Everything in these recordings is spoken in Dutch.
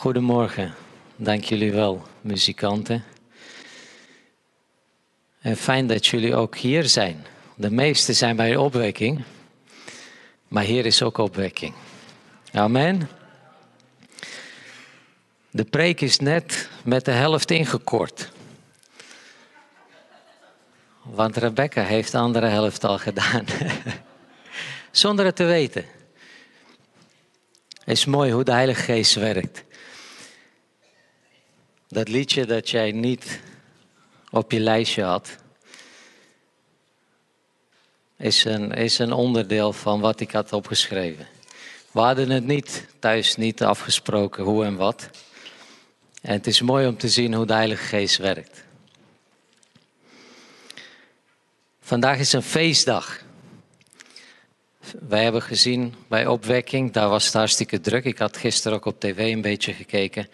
Goedemorgen, dank jullie wel, muzikanten. En fijn dat jullie ook hier zijn. De meesten zijn bij de opwekking, maar hier is ook opwekking. Amen. De preek is net met de helft ingekort. Want Rebecca heeft de andere helft al gedaan. Zonder het te weten. Het is mooi hoe de Heilige Geest werkt. Dat liedje dat jij niet op je lijstje had, is een onderdeel van wat ik had opgeschreven. We hadden het thuis niet afgesproken hoe en wat. En het is mooi om te zien hoe de Heilige Geest werkt. Vandaag is een feestdag. Wij hebben gezien bij opwekking, daar was het hartstikke druk. Ik had gisteren ook op tv een beetje gekeken.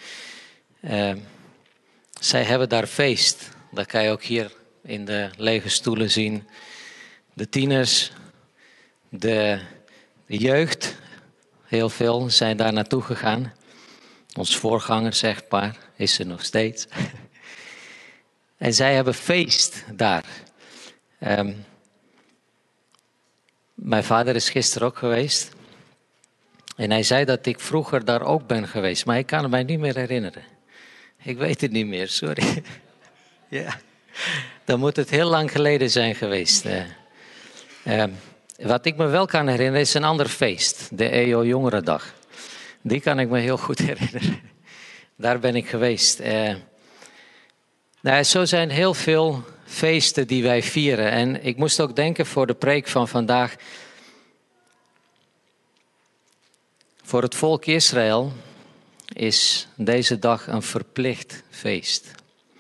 Zij hebben daar feest. Dat kan je ook hier in de lege stoelen zien. De tieners, de jeugd, heel veel zijn daar naartoe gegaan. Ons voorgangersechtpaar is er nog steeds. En zij hebben feest daar. Mijn vader is gisteren ook geweest. En hij zei dat ik vroeger daar ook ben geweest. Maar ik kan het mij niet meer herinneren. Ik weet het niet meer, sorry. Ja, dan moet het heel lang geleden zijn geweest. Wat ik me wel kan herinneren is een ander feest. De EO Jongerendag. Die kan ik me heel goed herinneren. Daar ben ik geweest. Zo zijn heel veel feesten die wij vieren. En ik moest ook denken voor de preek van vandaag. Voor het volk Israël is deze dag een verplicht feest.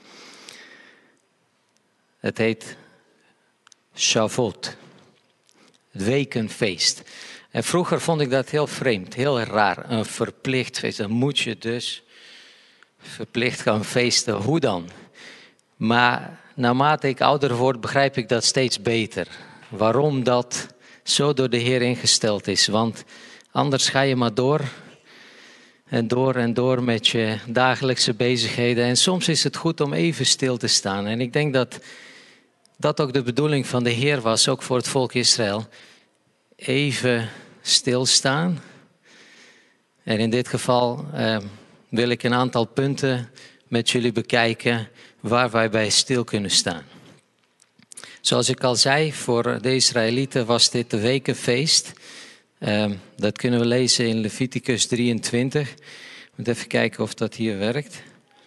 Het heet Shavuot. Het wekenfeest. En vroeger vond ik dat heel vreemd, heel raar. Een verplicht feest. Dan moet je dus verplicht gaan feesten. Hoe dan? Maar naarmate ik ouder word, begrijp ik dat steeds beter. Waarom dat zo door de Heer ingesteld is. Want anders ga je maar door en door met je dagelijkse bezigheden. En soms is het goed om even stil te staan. En ik denk dat dat ook de bedoeling van de Heer was, ook voor het volk Israël. Even stilstaan. En in dit geval wil ik een aantal punten met jullie bekijken waar wij bij stil kunnen staan. Zoals ik al zei, voor de Israëlieten was dit de wekenfeest. Dat kunnen we lezen in Leviticus 23. Ik moet even kijken of dat hier werkt.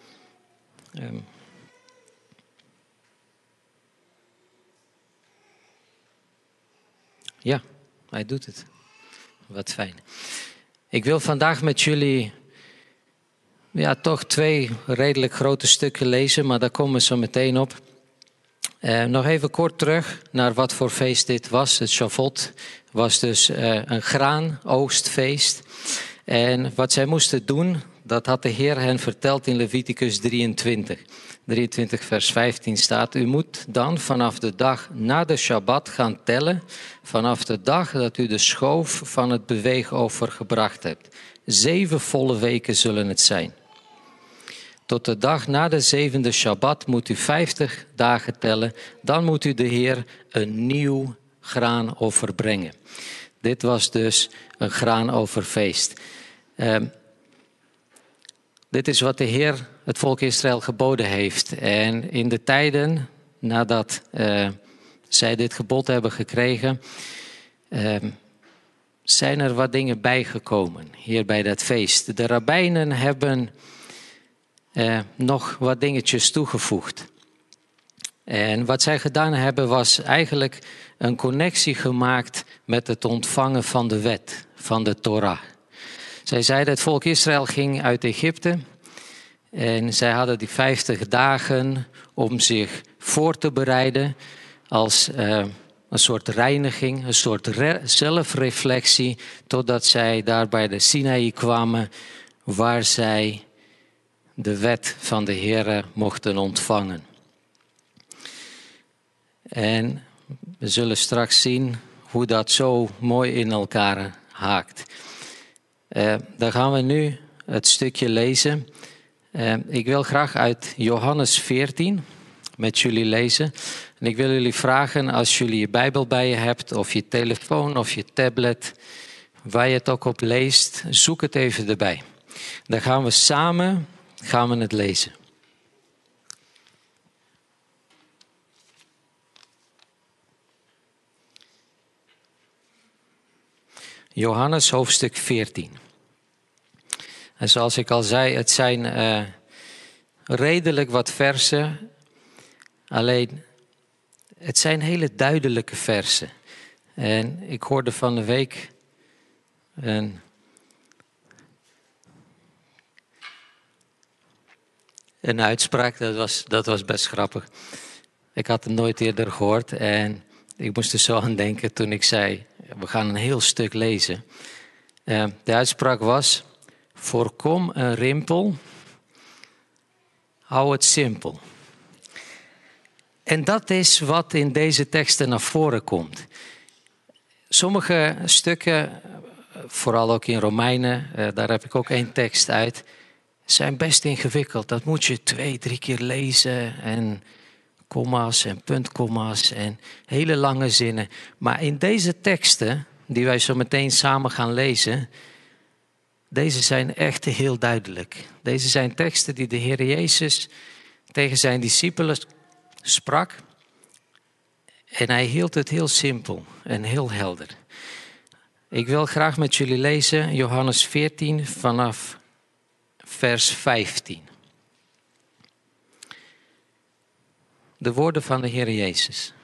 Ja, hij doet het. Wat fijn. Ik wil vandaag met jullie toch 2 redelijk grote stukken lezen, maar daar komen we zo meteen op. Nog even kort terug naar wat voor feest dit was. Het Shavuot was dus een graanoogstfeest. En wat zij moesten doen, dat had de Heer hen verteld in Leviticus 23. 23 vers 15 staat: U moet dan vanaf de dag na de Shabbat gaan tellen, vanaf de dag dat u de schoof van het beweegoffer gebracht hebt. 7 volle weken zullen het zijn. Tot de dag na de 7e Shabbat moet u 50 dagen tellen. Dan moet u de Heer een nieuw graanoffer brengen. Dit was dus een graanofferfeest. Dit is wat de Heer het volk Israël geboden heeft. En in de tijden nadat zij dit gebod hebben gekregen, zijn er wat dingen bijgekomen hier bij dat feest. De rabbijnen hebben nog wat dingetjes toegevoegd. En wat zij gedaan hebben was eigenlijk een connectie gemaakt met het ontvangen van de wet, van de Torah. Zij zeiden, het volk Israël ging uit Egypte en zij hadden die 50 dagen om zich voor te bereiden als een soort reiniging, een soort zelfreflectie, totdat zij daar bij de Sinaï kwamen waar zij de wet van de Heere mochten ontvangen. En we zullen straks zien hoe dat zo mooi in elkaar haakt. Daar gaan we nu het stukje lezen. Ik wil graag uit Johannes 14 met jullie lezen. En ik wil jullie vragen, als jullie je Bijbel bij je hebt, of je telefoon of je tablet, waar je het ook op leest, zoek het even erbij. Dan gaan we samen het lezen. Johannes hoofdstuk 14. En zoals ik al zei, het zijn redelijk wat versen. Alleen, het zijn hele duidelijke versen. En ik hoorde van de week een uitspraak, dat was best grappig. Ik had het nooit eerder gehoord en ik moest er zo aan denken toen ik zei, we gaan een heel stuk lezen. De uitspraak was, voorkom een rimpel, hou het simpel. En dat is wat in deze teksten naar voren komt. Sommige stukken, vooral ook in Romeinen, daar heb ik ook 1 tekst uit, zijn best ingewikkeld. Dat moet je 2, 3 keer lezen en komma's en puntkomma's en hele lange zinnen. Maar in deze teksten, die wij zo meteen samen gaan lezen, deze zijn echt heel duidelijk. Deze zijn teksten die de Heer Jezus tegen zijn discipelen sprak. En hij hield het heel simpel en heel helder. Ik wil graag met jullie lezen Johannes 14 vanaf vers 15. De woorden van de Heer Jezus.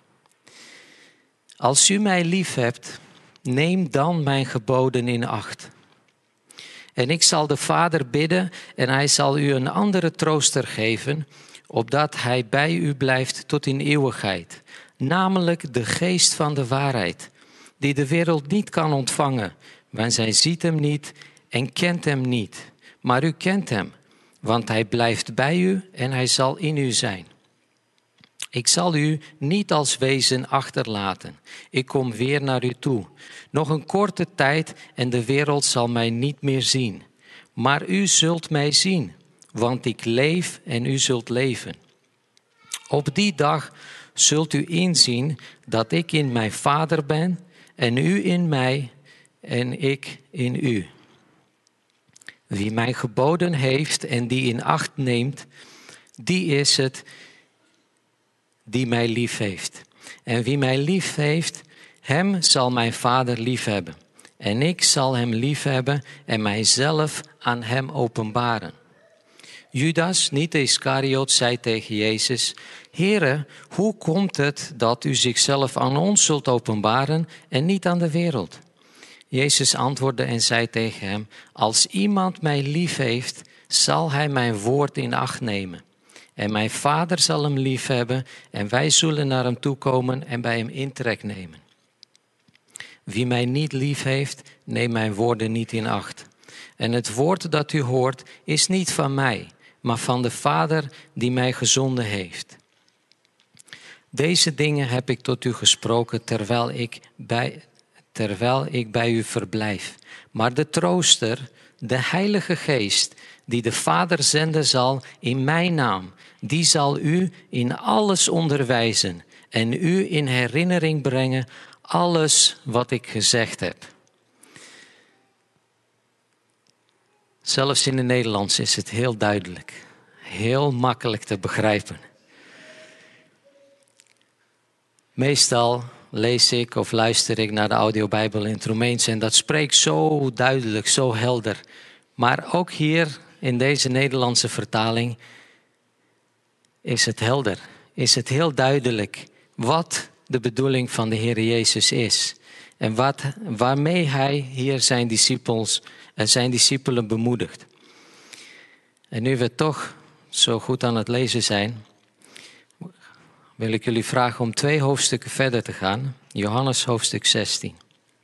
Als u mij lief hebt, neem dan mijn geboden in acht. En ik zal de Vader bidden en hij zal u een andere trooster geven, opdat hij bij u blijft tot in eeuwigheid. Namelijk de geest van de waarheid, die de wereld niet kan ontvangen, want zij ziet hem niet en kent hem niet. Maar u kent hem, want hij blijft bij u en hij zal in u zijn. Ik zal u niet als wezen achterlaten. Ik kom weer naar u toe. Nog een korte tijd en de wereld zal mij niet meer zien. Maar u zult mij zien, want ik leef en u zult leven. Op die dag zult u inzien dat ik in mijn Vader ben en u in mij en ik in u. Wie mijn geboden heeft en die in acht neemt, die is het die mij lief heeft. En wie mij lief heeft, hem zal mijn Vader lief hebben. En ik zal hem lief hebben en mijzelf aan hem openbaren. Judas, niet de Iscariot, zei tegen Jezus, Heere, hoe komt het dat u zichzelf aan ons zult openbaren en niet aan de wereld? Jezus antwoordde en zei tegen hem, als iemand mij lief heeft, zal hij mijn woord in acht nemen. En mijn Vader zal hem lief hebben en wij zullen naar hem toekomen en bij hem intrek nemen. Wie mij niet lief heeft, neemt mijn woorden niet in acht. En het woord dat u hoort is niet van mij, maar van de Vader die mij gezonden heeft. Deze dingen heb ik tot u gesproken terwijl ik bij u verblijf. Maar de trooster, de Heilige Geest, die de Vader zenden zal in mijn naam, die zal u in alles onderwijzen en u in herinnering brengen alles wat ik gezegd heb. Zelfs in het Nederlands is het heel duidelijk, heel makkelijk te begrijpen. Meestal lees ik of luister ik naar de audiobijbel in het Roemeens en dat spreekt zo duidelijk, zo helder. Maar ook hier in deze Nederlandse vertaling is het helder, is het heel duidelijk wat de bedoeling van de Heer Jezus is. En waarmee hij hier zijn discipelen bemoedigt. En nu we toch zo goed aan het lezen zijn, wil ik jullie vragen om 2 hoofdstukken verder te gaan. Johannes hoofdstuk 16.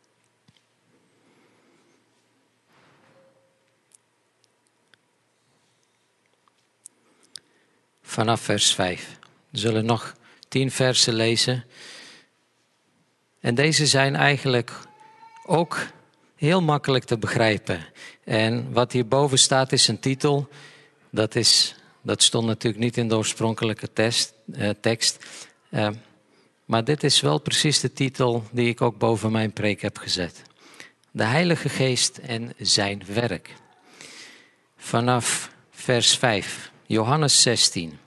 Vanaf vers 5. We zullen nog 10 versen lezen. En deze zijn eigenlijk ook heel makkelijk te begrijpen. En wat hierboven staat is een titel. Dat stond natuurlijk niet in de oorspronkelijke tekst. Maar dit is wel precies de titel die ik ook boven mijn preek heb gezet. De Heilige Geest en zijn werk. Vanaf vers 5, Johannes 16.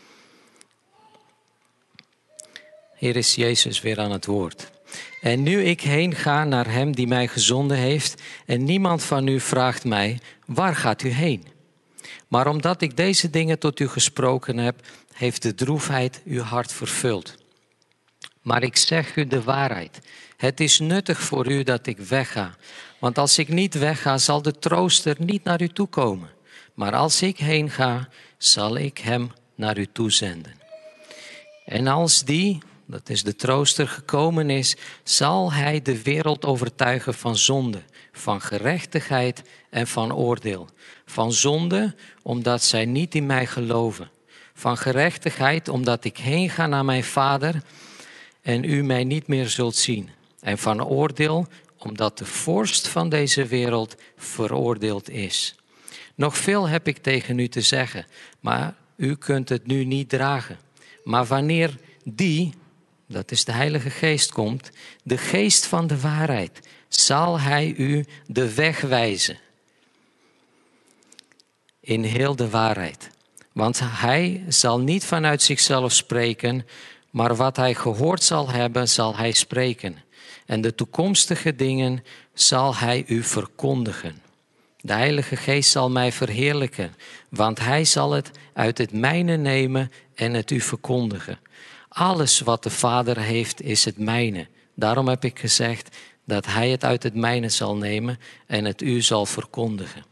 Hier is Jezus weer aan het woord. En nu ik heen ga naar hem die mij gezonden heeft, en niemand van u vraagt mij, waar gaat u heen? Maar omdat ik deze dingen tot u gesproken heb, heeft de droefheid uw hart vervuld. Maar ik zeg u de waarheid. Het is nuttig voor u dat ik wegga. Want als ik niet wegga, zal de trooster niet naar u toe komen. Maar als ik heen ga, zal ik hem naar u toezenden. En als die, dat is de trooster, gekomen is, zal hij de wereld overtuigen van zonde, van gerechtigheid en van oordeel. Van zonde, omdat zij niet in mij geloven. Van gerechtigheid, omdat ik heen ga naar mijn Vader en u mij niet meer zult zien. En van oordeel, omdat de vorst van deze wereld veroordeeld is. Nog veel heb ik tegen u te zeggen, maar u kunt het nu niet dragen. Maar wanneer die, dat is de Heilige Geest, komt, de geest van de waarheid, zal hij u de weg wijzen. In heel de waarheid. Want hij zal niet vanuit zichzelf spreken, maar wat hij gehoord zal hebben, zal hij spreken. En de toekomstige dingen zal hij u verkondigen. De Heilige Geest zal mij verheerlijken, want hij zal het uit het mijne nemen en het u verkondigen. Alles wat de Vader heeft, is het mijne. Daarom heb ik gezegd dat hij het uit het mijne zal nemen en het u zal verkondigen.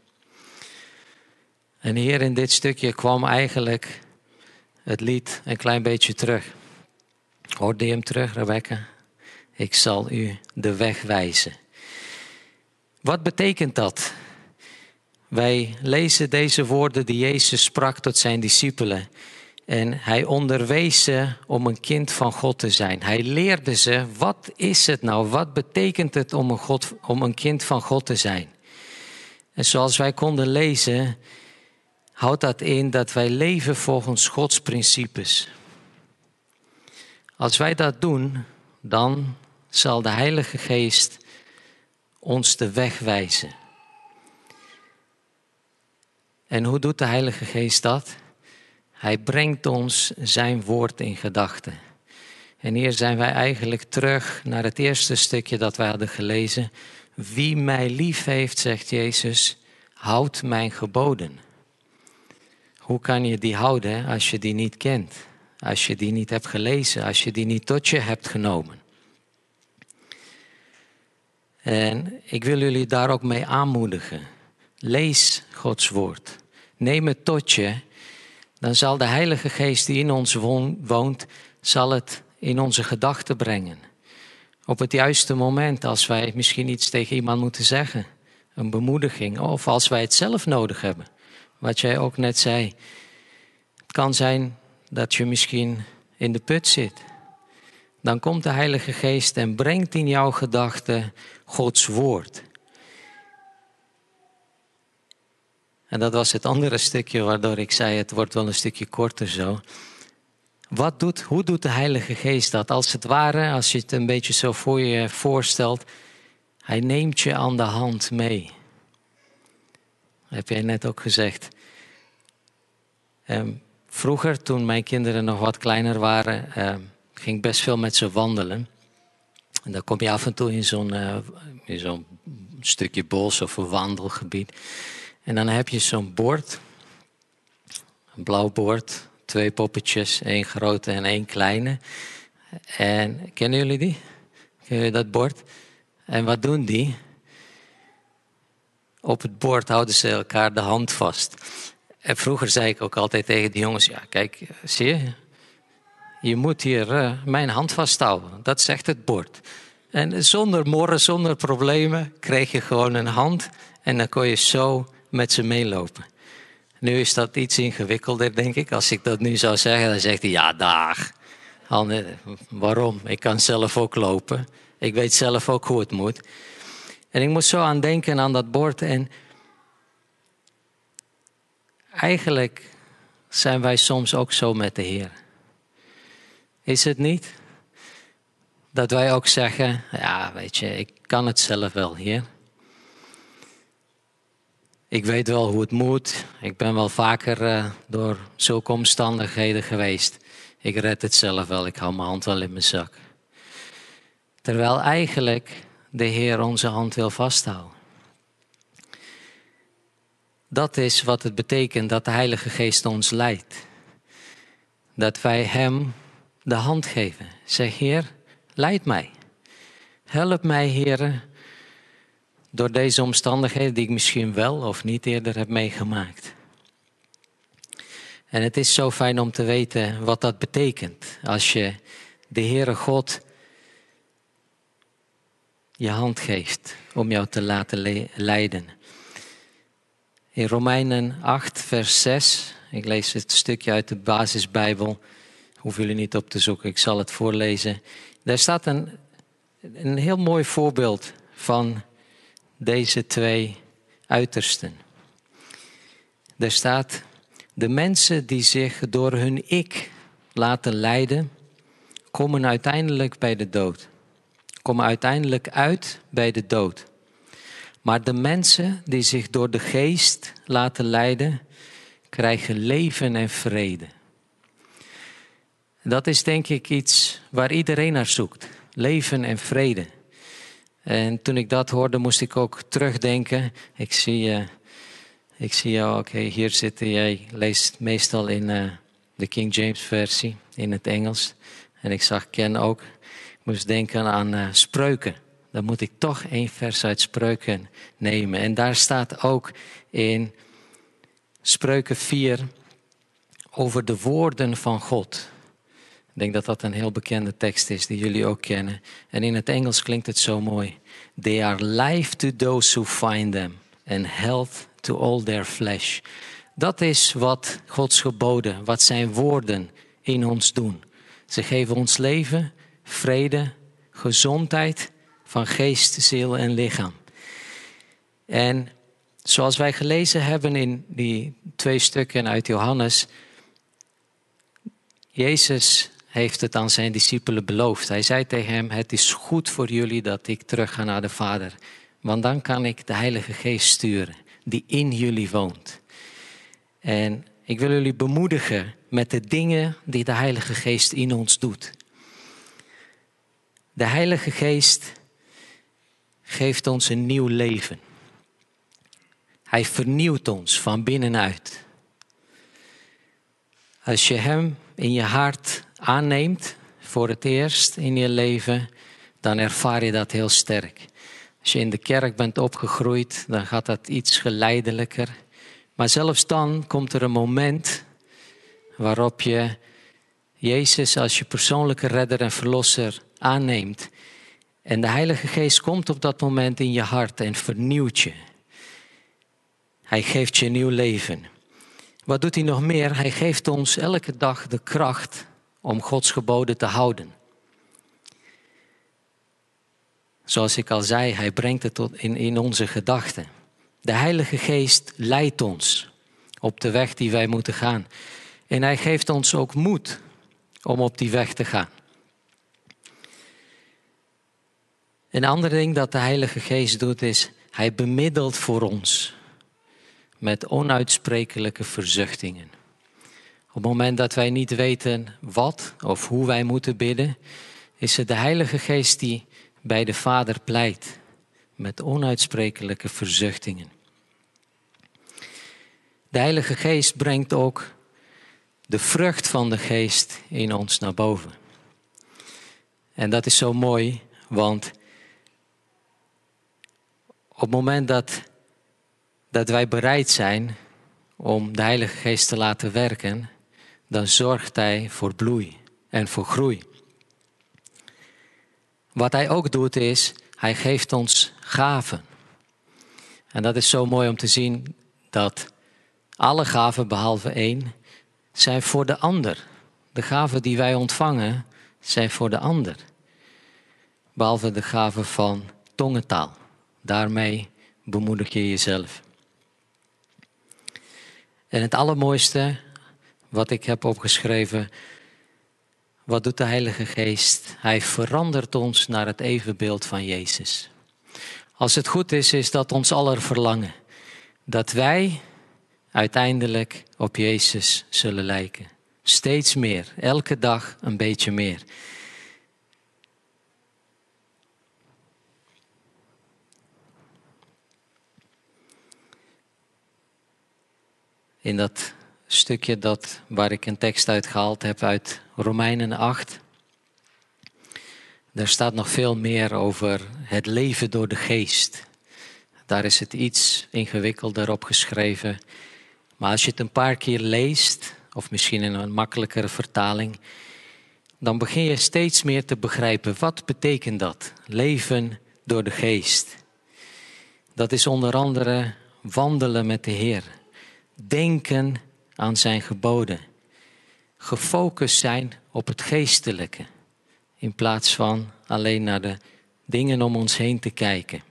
En hier in dit stukje kwam eigenlijk het lied een klein beetje terug. Hoorde je hem terug, Rebecca? Ik zal u de weg wijzen. Wat betekent dat? Wij lezen deze woorden die Jezus sprak tot zijn discipelen. En hij onderwees ze om een kind van God te zijn. Hij leerde ze, wat is het nou? Wat betekent het om een kind van God te zijn? En zoals wij konden lezen, houdt dat in dat wij leven volgens Gods principes. Als wij dat doen, dan zal de Heilige Geest ons de weg wijzen. En hoe doet de Heilige Geest dat? Hij brengt ons zijn woord in gedachten. En hier zijn wij eigenlijk terug naar het eerste stukje dat wij hadden gelezen. Wie mij lief heeft, zegt Jezus, houdt mijn geboden. Hoe kan je die houden als je die niet kent? Als je die niet hebt gelezen, als je die niet tot je hebt genomen. En ik wil jullie daar ook mee aanmoedigen. Lees Gods woord. Neem het tot je. Dan zal de Heilige Geest die in ons woont, zal het in onze gedachten brengen. Op het juiste moment, als wij misschien iets tegen iemand moeten zeggen. Een bemoediging. Of als wij het zelf nodig hebben. Wat jij ook net zei. Het kan zijn dat je misschien in de put zit. Dan komt de Heilige Geest en brengt in jouw gedachten Gods woord. En dat was het andere stukje waardoor ik zei, het wordt wel een stukje korter zo. Hoe doet de Heilige Geest dat? Als het ware, als je het een beetje zo voor je voorstelt, hij neemt je aan de hand mee. Heb jij net ook gezegd. Vroeger, toen mijn kinderen nog wat kleiner waren, ging ik best veel met ze wandelen. En dan kom je af en toe in zo'n stukje bos of een wandelgebied. En dan heb je zo'n bord, een blauw bord, 2 poppetjes, 1 grote en 1 kleine. En kennen jullie die? Kennen jullie dat bord? En wat doen die? Op het bord houden ze elkaar de hand vast. En vroeger zei ik ook altijd tegen die jongens, ja kijk, zie je? Je moet hier mijn hand vasthouden, dat zegt het bord. En zonder morren, zonder problemen, kreeg je gewoon een hand en dan kon je zo met ze meelopen. Nu is dat iets ingewikkelder, denk ik. Als ik dat nu zou zeggen, dan zegt hij, ja, dag. Waarom? Ik kan zelf ook lopen. Ik weet zelf ook hoe het moet. En ik moest zo aan denken aan dat bord. En eigenlijk zijn wij soms ook zo met de Heer. Is het niet? Dat wij ook zeggen, ja weet je, ik kan het zelf wel, Heer. Ik weet wel hoe het moet. Ik ben wel vaker door zulke omstandigheden geweest. Ik red het zelf wel, ik hou mijn hand wel in mijn zak. Terwijl eigenlijk de Heer onze hand wil vasthouden. Dat is wat het betekent dat de Heilige Geest ons leidt. Dat wij Hem de hand geven. Zeg, Heer, leid mij. Help mij, Heer, door deze omstandigheden die ik misschien wel of niet eerder heb meegemaakt. En het is zo fijn om te weten wat dat betekent. Als je de Heere God je hand geeft om jou te laten leiden. In Romeinen 8 vers 6, ik lees het stukje uit de basisbijbel. Hoeven jullie niet op te zoeken, ik zal het voorlezen. Daar staat een heel mooi voorbeeld van deze twee uitersten. Er staat, de mensen die zich door hun ik laten leiden, komen uiteindelijk bij de dood. Komen uiteindelijk uit bij de dood. Maar de mensen die zich door de geest laten leiden, krijgen leven en vrede. Dat is denk ik iets waar iedereen naar zoekt. Leven en vrede. En toen ik dat hoorde, moest ik ook terugdenken. Ik zie jou, oké, hier zitten. Jij leest meestal in de King James versie, in het Engels. En ik zag Ken ook. Ik moest denken aan Spreuken. Dan moet ik toch 1 vers uit Spreuken nemen. En daar staat ook in Spreuken 4 over de woorden van God. Ik denk dat dat een heel bekende tekst is die jullie ook kennen. En in het Engels klinkt het zo mooi. They are life to those who find them and health to all their flesh. Dat is wat Gods geboden, wat zijn woorden in ons doen. Ze geven ons leven, vrede, gezondheid van geest, ziel en lichaam. En zoals wij gelezen hebben in die 2 stukken uit Johannes, Jezus heeft het aan zijn discipelen beloofd. Hij zei tegen hem, het is goed voor jullie dat ik terug ga naar de Vader. Want dan kan ik de Heilige Geest sturen, die in jullie woont. En ik wil jullie bemoedigen met de dingen die de Heilige Geest in ons doet. De Heilige Geest geeft ons een nieuw leven. Hij vernieuwt ons van binnenuit. Als je Hem in je hart aanneemt voor het eerst in je leven, dan ervaar je dat heel sterk. Als je in de kerk bent opgegroeid, dan gaat dat iets geleidelijker. Maar zelfs dan komt er een moment waarop je Jezus als je persoonlijke redder en verlosser aanneemt. En de Heilige Geest komt op dat moment in je hart en vernieuwt je. Hij geeft je een nieuw leven. Wat doet hij nog meer? Hij geeft ons elke dag de kracht om Gods geboden te houden. Zoals ik al zei, hij brengt het tot in onze gedachten. De Heilige Geest leidt ons op de weg die wij moeten gaan. En hij geeft ons ook moed om op die weg te gaan. Een ander ding dat de Heilige Geest doet is, hij bemiddelt voor ons met onuitsprekelijke verzuchtingen. Op het moment dat wij niet weten wat of hoe wij moeten bidden, is het de Heilige Geest die bij de Vader pleit met onuitsprekelijke verzuchtingen. De Heilige Geest brengt ook de vrucht van de Geest in ons naar boven. En dat is zo mooi, want op het moment dat wij bereid zijn om de Heilige Geest te laten werken, dan zorgt Hij voor bloei en voor groei. Wat Hij ook doet is, Hij geeft ons gaven. En dat is zo mooi om te zien dat alle gaven behalve 1 zijn voor de ander. De gaven die wij ontvangen zijn voor de ander. Behalve de gave van tongentaal. Daarmee bemoedig je jezelf. En het allermooiste wat ik heb opgeschreven, wat doet de Heilige Geest? Hij verandert ons naar het evenbeeld van Jezus. Als het goed is, is dat ons aller verlangen. Dat wij uiteindelijk op Jezus zullen lijken. Steeds meer, elke dag een beetje meer. In dat stukje waar ik een tekst uit gehaald heb uit Romeinen 8. Daar staat nog veel meer over het leven door de geest. Daar is het iets ingewikkelder op geschreven. Maar als je het een paar keer leest, of misschien in een makkelijkere vertaling, dan begin je steeds meer te begrijpen. Wat betekent dat? Leven door de geest. Dat is onder andere wandelen met de Heer. Denken aan zijn geboden. Gefocust zijn op het geestelijke. In plaats van alleen naar de dingen om ons heen te kijken.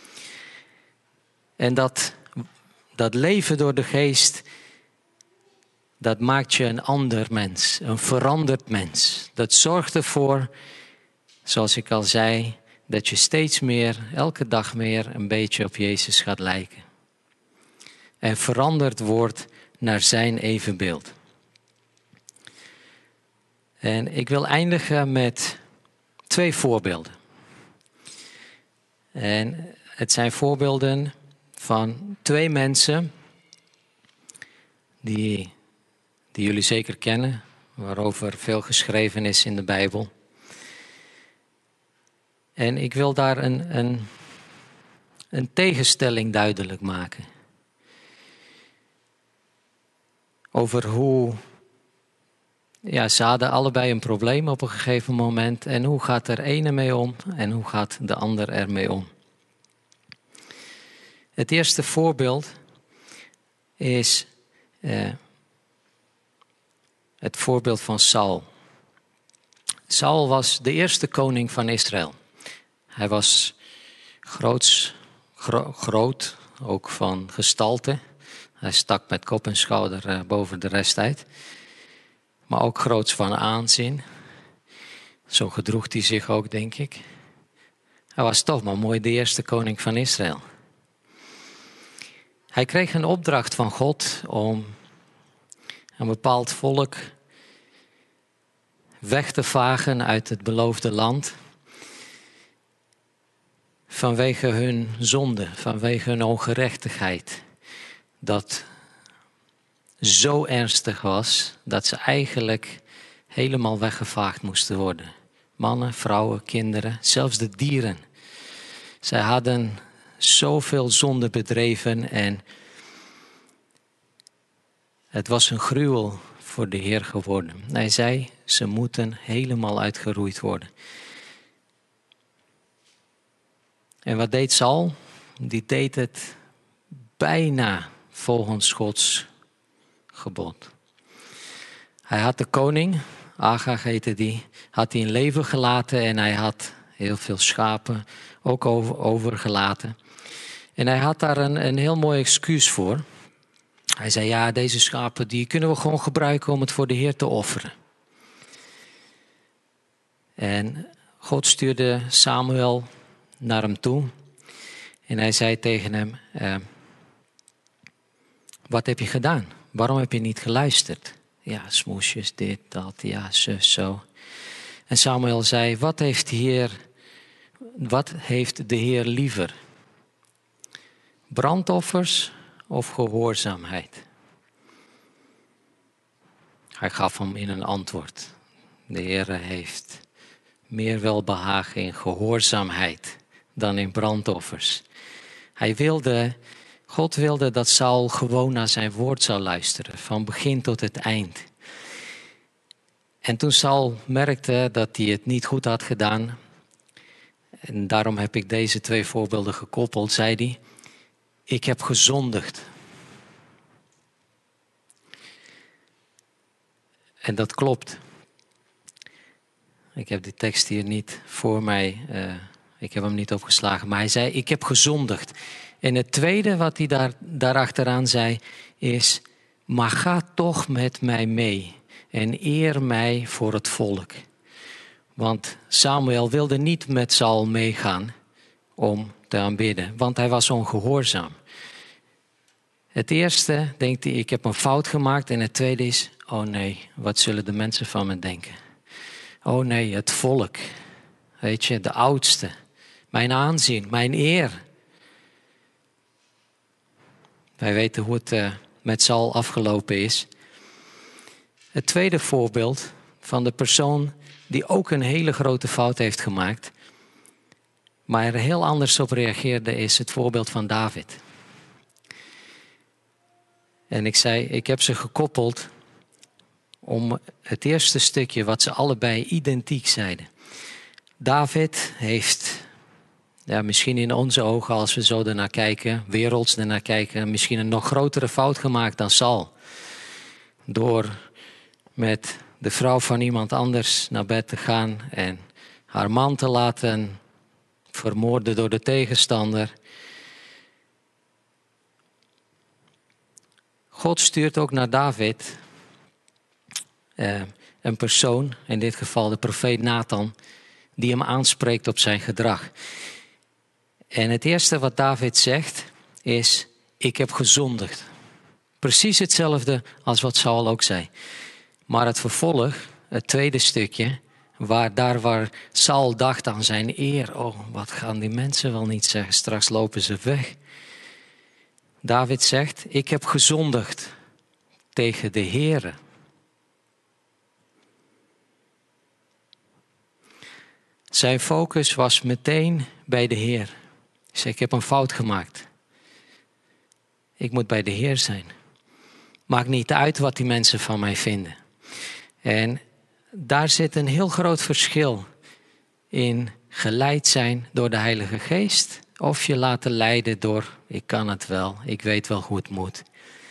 En dat leven door de geest, dat maakt je een ander mens, een veranderd mens. Dat zorgt ervoor, zoals ik al zei, dat je steeds meer, elke dag meer, een beetje op Jezus gaat lijken. En veranderd wordt naar zijn evenbeeld. En ik wil eindigen met 2 voorbeelden. En het zijn voorbeelden van 2 mensen die jullie zeker kennen, waarover veel geschreven is in de Bijbel. En ik wil daar een tegenstelling duidelijk maken. Over hoe, ze hadden allebei een probleem op een gegeven moment. En hoe gaat er ene mee om en hoe gaat de ander ermee om? Het eerste voorbeeld is het voorbeeld van Saul. Saul was de eerste koning van Israël. Hij was groot, ook van gestalte. Hij stak met kop en schouder boven de rest uit. Maar ook groots van aanzien. Zo gedroeg hij zich ook, denk ik. Hij was toch maar mooi de eerste koning van Israël. Hij kreeg een opdracht van God om een bepaald volk weg te vagen uit het beloofde land. Vanwege hun zonde, vanwege hun ongerechtigheid. Dat zo ernstig was dat ze eigenlijk helemaal weggevaagd moesten worden. Mannen, vrouwen, kinderen, zelfs de dieren. Zij hadden zoveel zonde bedreven en het was een gruwel voor de Heer geworden. Hij zei, ze moeten helemaal uitgeroeid worden. En wat deed Saul? Die deed het bijna volgens Gods gebod. Hij had de koning, Agag heette die, had hij in leven gelaten en hij had heel veel schapen ook overgelaten. En hij had daar een heel mooi excuus voor. Hij zei, ja, deze schapen die kunnen we gewoon gebruiken om het voor de Heer te offeren. En God stuurde Samuel naar hem toe. En hij zei tegen hem, wat heb je gedaan? Waarom heb je niet geluisterd? Ja, smoesjes, dit, dat, ja, zo. En Samuel zei, wat heeft de Heer liever? Brandoffers of gehoorzaamheid? Hij gaf hem in een antwoord. De Heer heeft meer welbehagen in gehoorzaamheid dan in brandoffers. God wilde dat Saul gewoon naar zijn woord zou luisteren, van begin tot het eind. En toen Saul merkte dat hij het niet goed had gedaan, en daarom heb ik deze 2 voorbeelden gekoppeld, zei hij, ik heb gezondigd. En dat klopt. Ik heb die tekst hier niet voor mij Ik heb hem niet opgeslagen. Maar hij zei, ik heb gezondigd. En het tweede wat hij daarachteraan zei is, maar ga toch met mij mee en eer mij voor het volk. Want Samuel wilde niet met Saul meegaan om te aanbidden, want hij was ongehoorzaam. Het eerste denkt hij, ik heb een fout gemaakt. En het tweede is, oh nee, wat zullen de mensen van me denken? Oh nee, het volk. Weet je, de oudste. Mijn aanzien, mijn eer. Wij weten hoe het met Saul afgelopen is. Het tweede voorbeeld van de persoon die ook een hele grote fout heeft gemaakt, maar er heel anders op reageerde, is het voorbeeld van David. En ik zei, ik heb ze gekoppeld om het eerste stukje wat ze allebei identiek zeiden. David heeft, misschien in onze ogen als we zo ernaar kijken, werelds ernaar kijken, misschien een nog grotere fout gemaakt dan Saul. Door met de vrouw van iemand anders naar bed te gaan en haar man te laten vermoorden door de tegenstander. God stuurt ook naar David een persoon, in dit geval de profeet Nathan, die hem aanspreekt op zijn gedrag. En het eerste wat David zegt is, ik heb gezondigd. Precies hetzelfde als wat Saul ook zei. Maar het vervolg, het tweede stukje, waar Saul dacht aan zijn eer. Oh, wat gaan die mensen wel niet zeggen, straks lopen ze weg. David zegt, ik heb gezondigd tegen de Heere. Zijn focus was meteen bij de Heer. Hij zei, ik heb een fout gemaakt. Ik moet bij de Heer zijn. Maakt niet uit wat die mensen van mij vinden. En daar zit een heel groot verschil in geleid zijn door de Heilige Geest, of je laten leiden door, ik kan het wel, ik weet wel hoe het moet.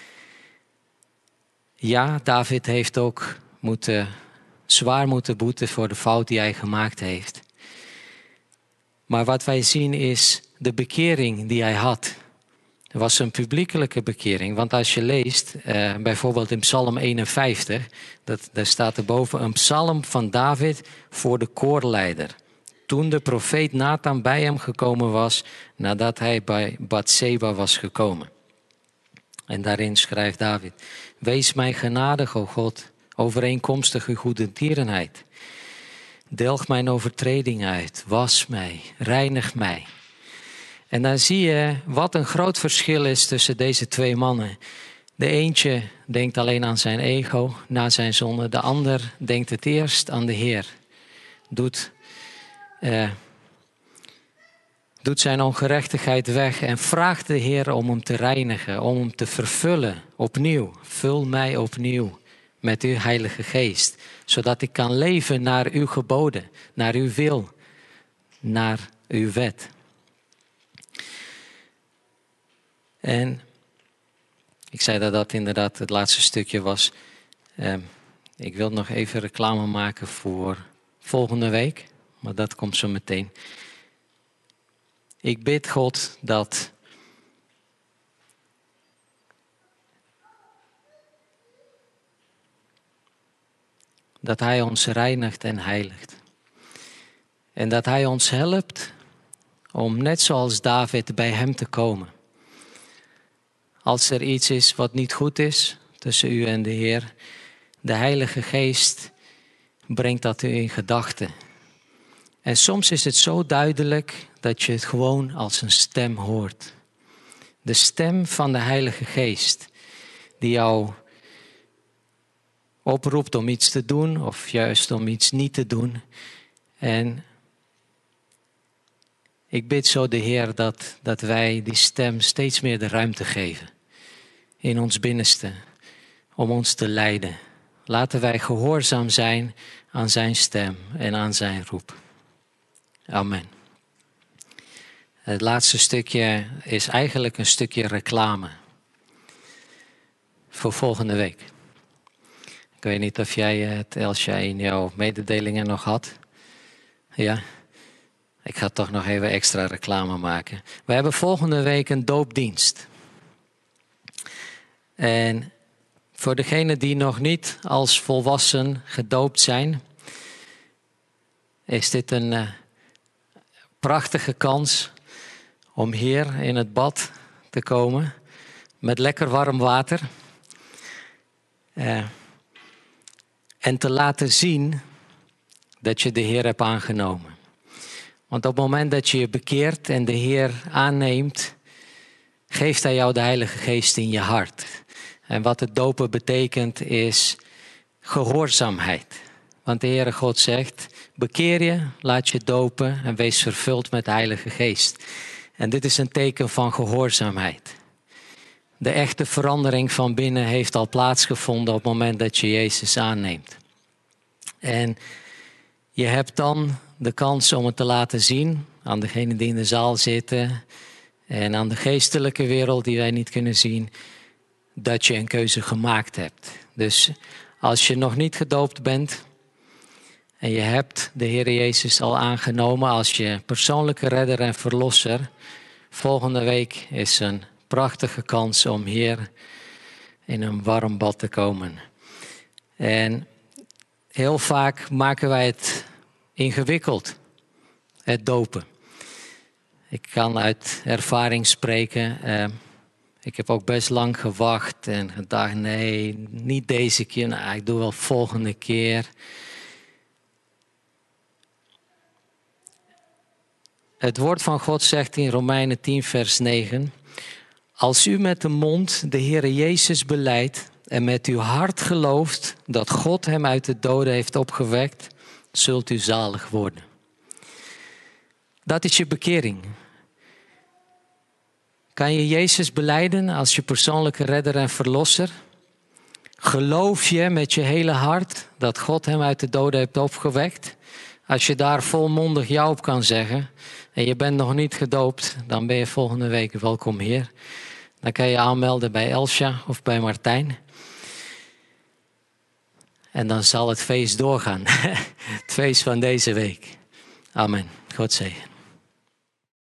Ja, David heeft ook zwaar moeten boeten voor de fout die hij gemaakt heeft. Maar wat wij zien is de bekering die hij had. Het was een publiekelijke bekering. Want als je leest, bijvoorbeeld in Psalm 51, daar staat erboven een psalm van David voor de koorleider. Toen de profeet Nathan bij hem gekomen was, nadat hij bij Batseba was gekomen. En daarin schrijft David, wees mij genadig, o God, overeenkomstig uw goede tierenheid. Delg mijn overtreding uit, was mij, reinig mij. En dan zie je wat een groot verschil is tussen deze twee mannen. De eentje denkt alleen aan zijn ego, na zijn zonde. De ander denkt het eerst aan de Heer. Doet zijn ongerechtigheid weg en vraagt de Heer om hem te reinigen, om hem te vervullen opnieuw. Vul mij opnieuw met uw Heilige Geest, zodat ik kan leven naar uw geboden, naar uw wil, naar uw wet. En ik zei dat dat inderdaad het laatste stukje was. Ik wil nog even reclame maken voor volgende week, maar dat komt zo meteen. Ik bid God dat Hij ons reinigt en heiligt. En dat Hij ons helpt om net zoals David bij Hem te komen. Als er iets is wat niet goed is tussen u en de Heer, de Heilige Geest brengt dat u in gedachten. En soms is het zo duidelijk dat je het gewoon als een stem hoort. De stem van de Heilige Geest die jou oproept om iets te doen of juist om iets niet te doen. En ik bid zo de Heer dat wij die stem steeds meer de ruimte geven in ons binnenste om ons te leiden. Laten wij gehoorzaam zijn aan zijn stem en aan zijn roep. Amen. Het laatste stukje is eigenlijk een stukje reclame voor volgende week. Ik weet niet of jij het, Elsja, in jouw mededelingen nog had. Ja. Ik ga toch nog even extra reclame maken. We hebben volgende week een doopdienst. En voor degenen die nog niet als volwassen gedoopt zijn, is dit een prachtige kans om hier in het bad te komen met lekker warm water. En te laten zien dat je de Heer hebt aangenomen. Want op het moment dat je je bekeert en de Heer aanneemt, geeft Hij jou de Heilige Geest in je hart. En wat het dopen betekent is gehoorzaamheid. Want de Heere God zegt, bekeer je, laat je dopen en wees vervuld met de Heilige Geest. En dit is een teken van gehoorzaamheid. De echte verandering van binnen heeft al plaatsgevonden op het moment dat je Jezus aanneemt. En je hebt dan de kans om het te laten zien aan degenen die in de zaal zitten en aan de geestelijke wereld die wij niet kunnen zien, dat je een keuze gemaakt hebt. Dus als je nog niet gedoopt bent en je hebt de Heer Jezus al aangenomen als je persoonlijke redder en verlosser, volgende week is een prachtige kans om hier in een warm bad te komen. En heel vaak maken wij het ingewikkeld, het dopen. Ik kan uit ervaring spreken. Ik heb ook best lang gewacht en gedacht, nee, niet deze keer. Nou, ik doe wel volgende keer. Het woord van God zegt in Romeinen 10 vers 9. Als u met de mond de Heere Jezus belijdt en met uw hart gelooft dat God hem uit de doden heeft opgewekt, zult u zalig worden. Dat is je bekering. Kan je Jezus belijden als je persoonlijke redder en verlosser? Geloof je met je hele hart dat God hem uit de doden heeft opgewekt? Als je daar volmondig ja op kan zeggen en je bent nog niet gedoopt, dan ben je volgende week welkom hier. Dan kan je aanmelden bij Elsja of bij Martijn. En dan zal het feest doorgaan. Het feest van deze week. Amen. God zegen.